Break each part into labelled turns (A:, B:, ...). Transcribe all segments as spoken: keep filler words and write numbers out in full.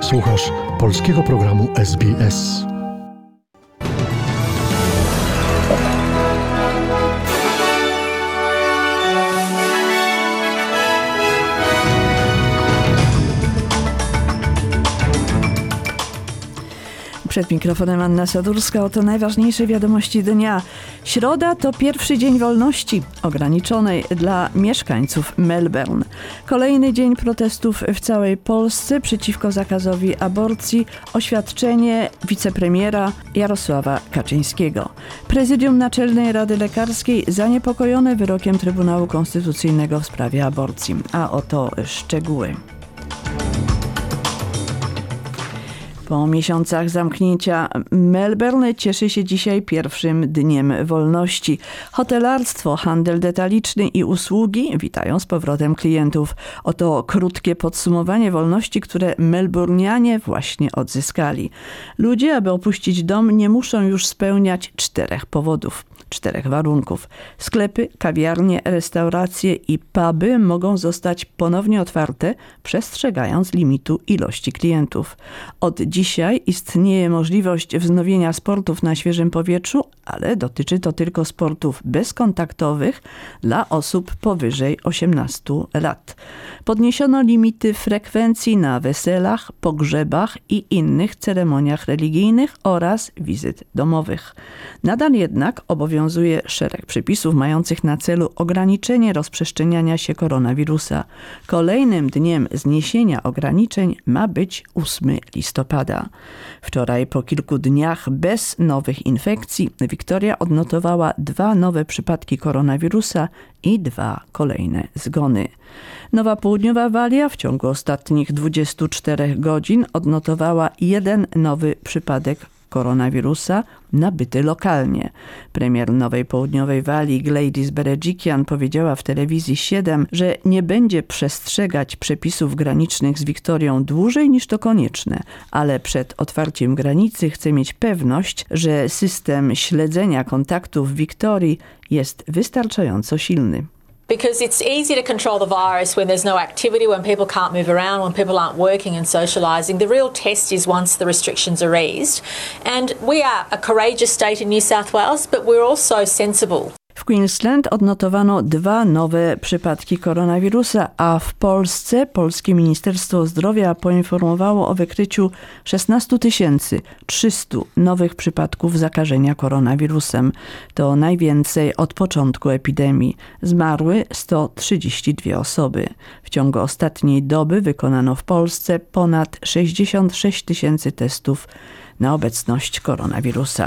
A: Słuchasz polskiego programu S B S.
B: Przed mikrofonem Anna Sadurska. Oto najważniejsze wiadomości dnia. Środa to pierwszy dzień wolności ograniczonej dla mieszkańców Melbourne. Kolejny dzień protestów w całej Polsce przeciwko zakazowi aborcji. Oświadczenie wicepremiera Jarosława Kaczyńskiego. Prezydium Naczelnej Rady Lekarskiej zaniepokojone wyrokiem Trybunału Konstytucyjnego w sprawie aborcji. A oto szczegóły. Po miesiącach zamknięcia Melbourne cieszy się dzisiaj pierwszym dniem wolności. Hotelarstwo, handel detaliczny i usługi witają z powrotem klientów. Oto krótkie podsumowanie wolności, które Melburnianie właśnie odzyskali. Ludzie, aby opuścić dom, nie muszą już spełniać czterech powodów. Czterech warunków. Sklepy, kawiarnie, restauracje i puby mogą zostać ponownie otwarte, przestrzegając limitu ilości klientów. Od dzisiaj istnieje możliwość wznowienia sportów na świeżym powietrzu, ale dotyczy to tylko sportów bezkontaktowych dla osób powyżej osiemnastu lat. Podniesiono limity frekwencji na weselach, pogrzebach i innych ceremoniach religijnych oraz wizyt domowych. Nadal jednak obowiązuje szereg przepisów mających na celu ograniczenie rozprzestrzeniania się koronawirusa. Kolejnym dniem zniesienia ograniczeń ma być ósmego listopada. Wczoraj po kilku dniach bez nowych infekcji Wiktoria odnotowała dwa nowe przypadki koronawirusa i dwa kolejne zgony. Nowa Południowa Walia w ciągu ostatnich dwudziestu czterech godzin odnotowała jeden nowy przypadek koronawirusa nabyty lokalnie. Premier Nowej Południowej Walii Gladys Berejiklian powiedziała w telewizji siedem, że nie będzie przestrzegać przepisów granicznych z Wiktorią dłużej niż to konieczne, ale przed otwarciem granicy chce mieć pewność, że system śledzenia kontaktów w Wiktorii jest wystarczająco silny.
C: Because it's easy to control the virus when there's no activity, when people can't move around, when people aren't working and socialising. The real test is once the restrictions are eased. And we are a courageous state in New South Wales, but we're also sensible.
B: W Queensland odnotowano dwa nowe przypadki koronawirusa, a w Polsce Polskie Ministerstwo Zdrowia poinformowało o wykryciu szesnaście tysięcy trzysta nowych przypadków zakażenia koronawirusem. To najwięcej od początku epidemii. Zmarły sto trzydzieści dwie osoby. W ciągu ostatniej doby wykonano w Polsce ponad sześćdziesiąt sześć tysięcy testów na obecność koronawirusa.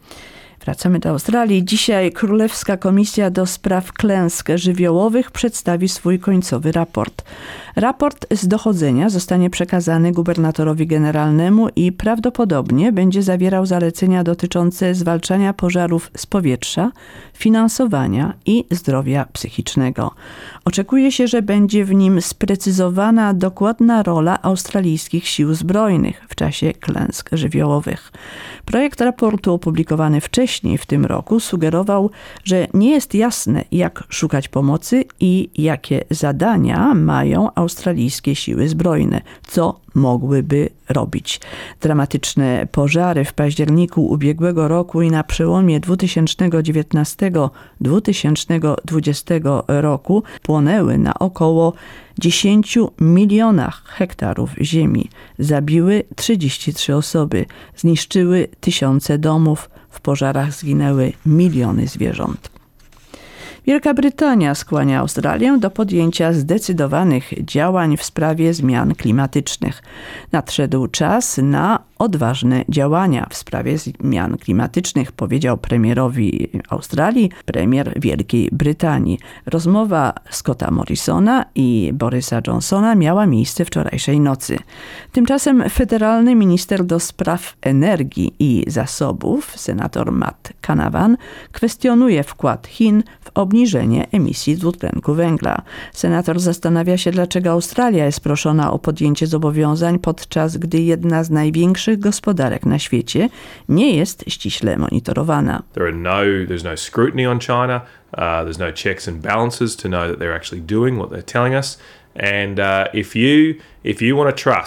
B: Wracamy do Australii. Dzisiaj Królewska Komisja do Spraw Klęsk Żywiołowych przedstawi swój końcowy raport. Raport z dochodzenia zostanie przekazany gubernatorowi generalnemu i prawdopodobnie będzie zawierał zalecenia dotyczące zwalczania pożarów z powietrza, finansowania i zdrowia psychicznego. Oczekuje się, że będzie w nim sprecyzowana dokładna rola australijskich sił zbrojnych w czasie klęsk żywiołowych. Projekt raportu opublikowany wcześniej w tym roku sugerował, że nie jest jasne, jak szukać pomocy i jakie zadania mają australijskie siły zbrojne, co mogłyby robić. Dramatyczne pożary w październiku ubiegłego roku i na przełomie dwa tysiące dziewiętnastego do dwa tysiące dwudziestego roku płonęły na około dziesięć milionach hektarów ziemi. Zabiły trzydzieści trzy osoby, zniszczyły tysiące domów, w pożarach zginęły miliony zwierząt. Wielka Brytania skłania Australię do podjęcia zdecydowanych działań w sprawie zmian klimatycznych. Nadszedł czas na odważne działania w sprawie zmian klimatycznych, powiedział premierowi Australii premier Wielkiej Brytanii. Rozmowa Scotta Morrisona i Borisa Johnsona miała miejsce wczorajszej nocy. Tymczasem federalny minister do spraw energii i zasobów, senator Matt Canavan, kwestionuje wkład Chin w obniżenie emisji dwutlenku węgla. Senator zastanawia się, dlaczego Australia jest proszona o podjęcie zobowiązań, podczas gdy jedna z największych gospodarek na świecie nie jest ściśle monitorowana.
D: There are no, there's no scrutiny on China. Uh, there's no checks and balances to know that they're actually doing what they're telling us. And uh, if you if you want to trust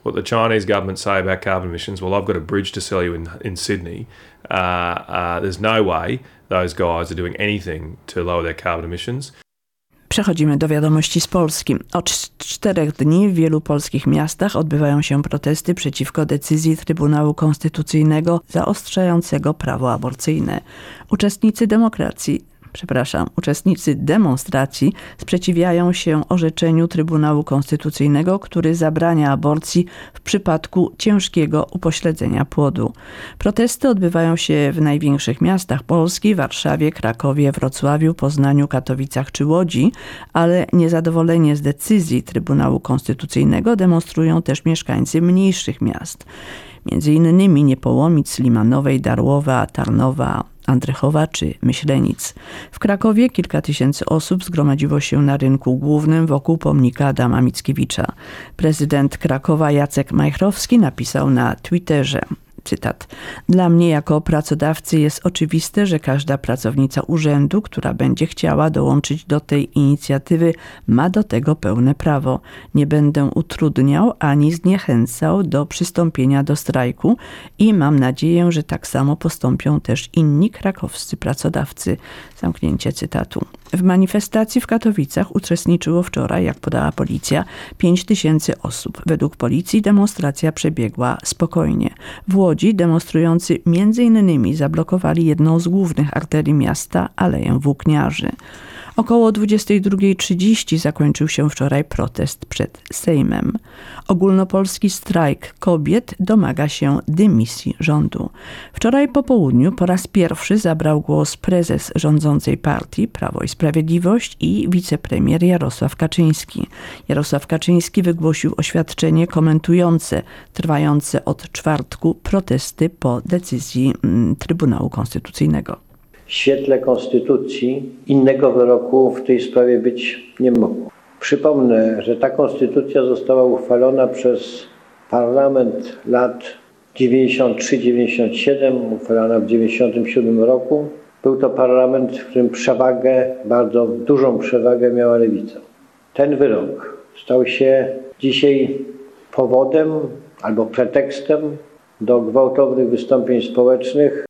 D: what the Chinese government say about carbon emissions, well, I've got a bridge to sell you in, in Sydney. Uh, uh, there's no way those guys are doing anything to lower their carbon emissions.
B: Przechodzimy do wiadomości z Polski. Od czterech dni w wielu polskich miastach odbywają się protesty przeciwko decyzji Trybunału Konstytucyjnego zaostrzającego prawo aborcyjne. Uczestnicy demokracji Przepraszam, uczestnicy demonstracji sprzeciwiają się orzeczeniu Trybunału Konstytucyjnego, który zabrania aborcji w przypadku ciężkiego upośledzenia płodu. Protesty odbywają się w największych miastach Polski, Warszawie, Krakowie, Wrocławiu, Poznaniu, Katowicach czy Łodzi, ale niezadowolenie z decyzji Trybunału Konstytucyjnego demonstrują też mieszkańcy mniejszych miast. Między innymi Niepołomic, Limanowej, Darłowa, Tarnowa, Andrychowa czy Myślenic. W Krakowie kilka tysięcy osób zgromadziło się na rynku głównym wokół pomnika Adama Mickiewicza. Prezydent Krakowa Jacek Majchrowski napisał na Twitterze, cytat: dla mnie jako pracodawcy jest oczywiste, że każda pracownica urzędu, która będzie chciała dołączyć do tej inicjatywy, ma do tego pełne prawo. Nie będę utrudniał ani zniechęcał do przystąpienia do strajku i mam nadzieję, że tak samo postąpią też inni krakowscy pracodawcy. Zamknięcie cytatu. W manifestacji w Katowicach uczestniczyło wczoraj, jak podała policja, pięć tysięcy osób. Według policji demonstracja przebiegła spokojnie. W Łodzi demonstrujący między innymi zablokowali jedną z głównych arterii miasta, Aleję Włókniarzy. Około dwudziestej drugiej trzydzieści zakończył się wczoraj protest przed Sejmem. Ogólnopolski strajk kobiet domaga się dymisji rządu. Wczoraj po południu po raz pierwszy zabrał głos prezes rządzącej partii Prawo i Sprawiedliwość i wicepremier Jarosław Kaczyński. Jarosław Kaczyński wygłosił oświadczenie komentujące trwające od czwartku protesty po decyzji mm, Trybunału Konstytucyjnego.
E: W świetle konstytucji innego wyroku w tej sprawie być nie mogło. Przypomnę, że ta konstytucja została uchwalona przez parlament lat dziewięćdziesiąt trzy dziewięćdziesiąt siedem, uchwalona w dziewięćdziesiątym siódmym roku. Był to parlament, w którym przewagę, bardzo dużą przewagę miała lewica. Ten wyrok stał się dzisiaj powodem albo pretekstem do gwałtownych wystąpień społecznych.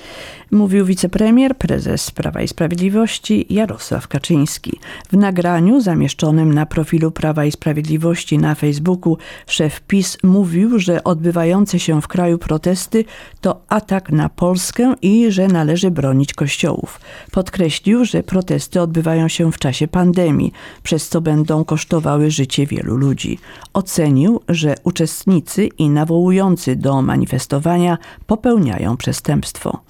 B: Mówił wicepremier, prezes Prawa i Sprawiedliwości Jarosław Kaczyński. W nagraniu zamieszczonym na profilu Prawa i Sprawiedliwości na Facebooku szef PiS mówił, że odbywające się w kraju protesty to atak na Polskę i że należy bronić kościołów. Podkreślił, że protesty odbywają się w czasie pandemii, przez co będą kosztowały życie wielu ludzi. Ocenił, że uczestnicy i nawołujący do manifestowania popełniają przestępstwo.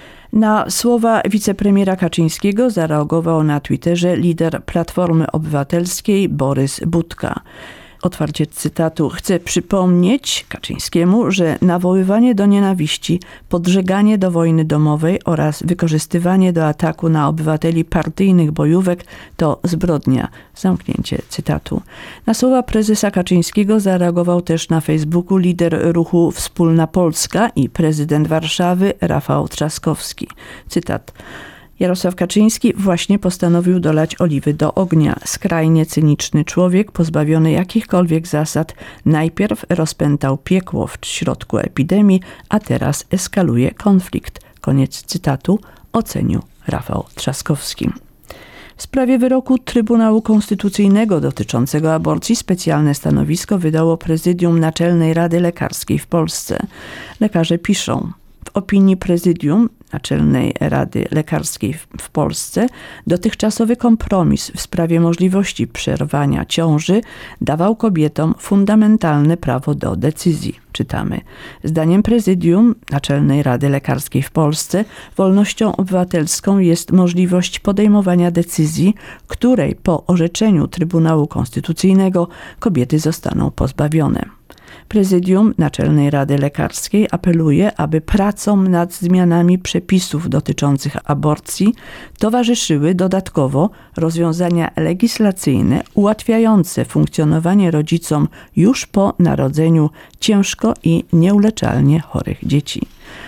B: Na słowa wicepremiera Kaczyńskiego zareagował na Twitterze lider Platformy Obywatelskiej Borys Budka. Otwarcie cytatu: chcę przypomnieć Kaczyńskiemu, że nawoływanie do nienawiści, podżeganie do wojny domowej oraz wykorzystywanie do ataku na obywateli partyjnych bojówek to zbrodnia. Zamknięcie cytatu. Na słowa prezesa Kaczyńskiego zareagował też na Facebooku lider ruchu Wspólna Polska i prezydent Warszawy Rafał Trzaskowski. Cytat: Jarosław Kaczyński właśnie postanowił dolać oliwy do ognia. Skrajnie cyniczny człowiek, pozbawiony jakichkolwiek zasad, najpierw rozpętał piekło w środku epidemii, a teraz eskaluje konflikt. Koniec cytatu, ocenił Rafał Trzaskowski. W sprawie wyroku Trybunału Konstytucyjnego dotyczącego aborcji specjalne stanowisko wydało Prezydium Naczelnej Rady Lekarskiej w Polsce. Lekarze piszą: w opinii Prezydium Naczelnej Rady Lekarskiej w Polsce dotychczasowy kompromis w sprawie możliwości przerwania ciąży dawał kobietom fundamentalne prawo do decyzji. Czytamy. Zdaniem Prezydium Naczelnej Rady Lekarskiej w Polsce wolnością obywatelską jest możliwość podejmowania decyzji, której po orzeczeniu Trybunału Konstytucyjnego kobiety zostaną pozbawione. Prezydium Naczelnej Rady Lekarskiej apeluje, aby pracom nad zmianami przepisów dotyczących aborcji towarzyszyły dodatkowo rozwiązania legislacyjne ułatwiające funkcjonowanie rodzicom już po narodzeniu ciężko i nieuleczalnie chorych dzieci.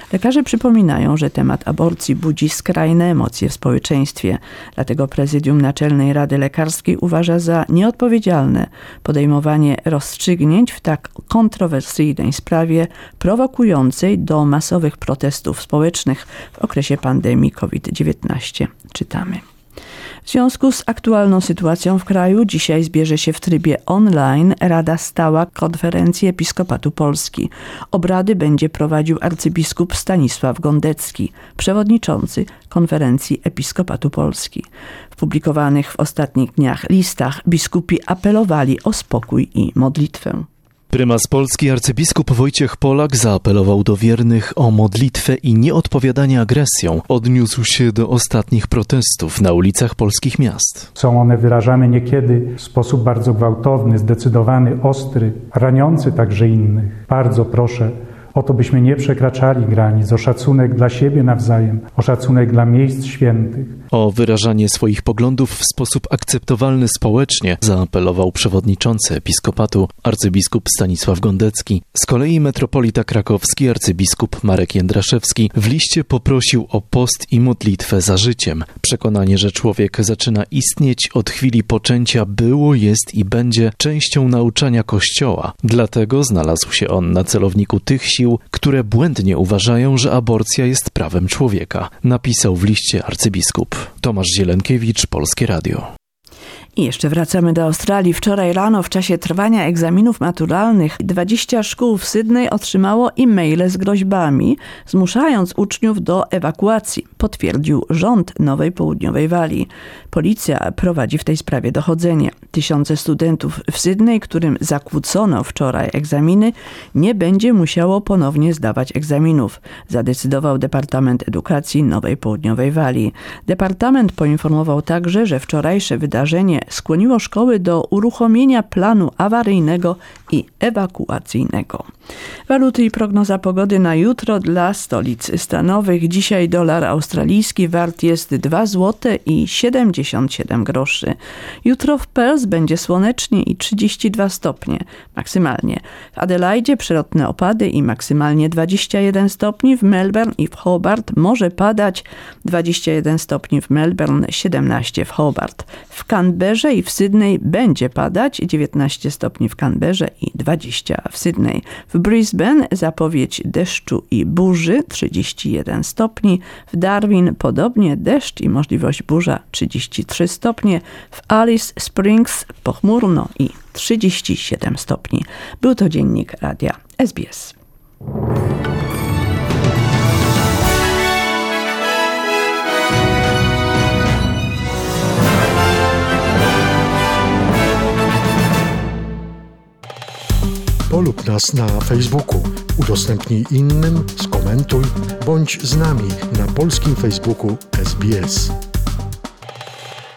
B: Lekarze przypominają, że temat aborcji budzi skrajne emocje w społeczeństwie. Dlatego Prezydium Naczelnej Rady Lekarskiej uważa za nieodpowiedzialne podejmowanie rozstrzygnięć w tak kontrowersyjnej sprawie prowokującej do masowych protestów społecznych w okresie pandemii COVID dziewiętnaście. Czytamy. W związku z aktualną sytuacją w kraju dzisiaj zbierze się w trybie online Rada Stała Konferencji Episkopatu Polski. Obrady będzie prowadził arcybiskup Stanisław Gondecki, przewodniczący Konferencji Episkopatu Polski. W publikowanych w ostatnich dniach listach biskupi apelowali o spokój i modlitwę.
F: Prymas Polski arcybiskup Wojciech Polak zaapelował do wiernych o modlitwę i nieodpowiadanie agresją. Odniósł się do ostatnich protestów na ulicach polskich miast.
G: Są one wyrażane niekiedy w sposób bardzo gwałtowny, zdecydowany, ostry, raniący także innych. Bardzo proszę o to, byśmy nie przekraczali granic, o szacunek dla siebie nawzajem, o szacunek dla miejsc świętych.
F: O wyrażanie swoich poglądów w sposób akceptowalny społecznie zaapelował przewodniczący episkopatu arcybiskup Stanisław Gondecki. Z kolei metropolita krakowski arcybiskup Marek Jędraszewski w liście poprosił o post i modlitwę za życiem. Przekonanie, że człowiek zaczyna istnieć od chwili poczęcia było, jest i będzie częścią nauczania Kościoła. Dlatego znalazł się on na celowniku tych sił, które błędnie uważają, że aborcja jest prawem człowieka, napisał w liście arcybiskup. Tomasz Zielenkiewicz, Polskie Radio.
B: I jeszcze wracamy do Australii. Wczoraj rano w czasie trwania egzaminów maturalnych dwadzieścia szkół w Sydney otrzymało e-maile z groźbami, zmuszając uczniów do ewakuacji, potwierdził rząd Nowej Południowej Walii. Policja prowadzi w tej sprawie dochodzenie. Tysiące studentów w Sydney, którym zakłócono wczoraj egzaminy, nie będzie musiało ponownie zdawać egzaminów, zadecydował Departament Edukacji Nowej Południowej Walii. Departament poinformował także, że wczorajsze wydarzenie skłoniło szkoły do uruchomienia planu awaryjnego i ewakuacyjnego. Waluty i prognoza pogody na jutro dla stolic stanowych. Dzisiaj dolar australijski wart jest dwa złote i siedemdziesiąt siedem groszy. Jutro w Perth będzie słonecznie i trzydzieści dwa stopnie maksymalnie. W Adelaidzie przelotne opady i maksymalnie dwadzieścia jeden stopni. W Melbourne i w Hobart może padać dwadzieścia jeden stopni w Melbourne, siedemnaście w Hobart. W Canberrze i w Sydney będzie padać dziewiętnaście stopni w Canberrze i dwadzieścia w Sydney. W Brisbane zapowiedź deszczu i burzy, trzydzieści jeden stopni. W Darwin podobnie deszcz i możliwość burza, trzydzieści trzy stopnie. W Alice Springs pochmurno i trzydzieści siedem stopni. Był to dziennik Radia S B S.
A: Polub nas na Facebooku, udostępnij innym, skomentuj, bądź z nami na polskim Facebooku S B S.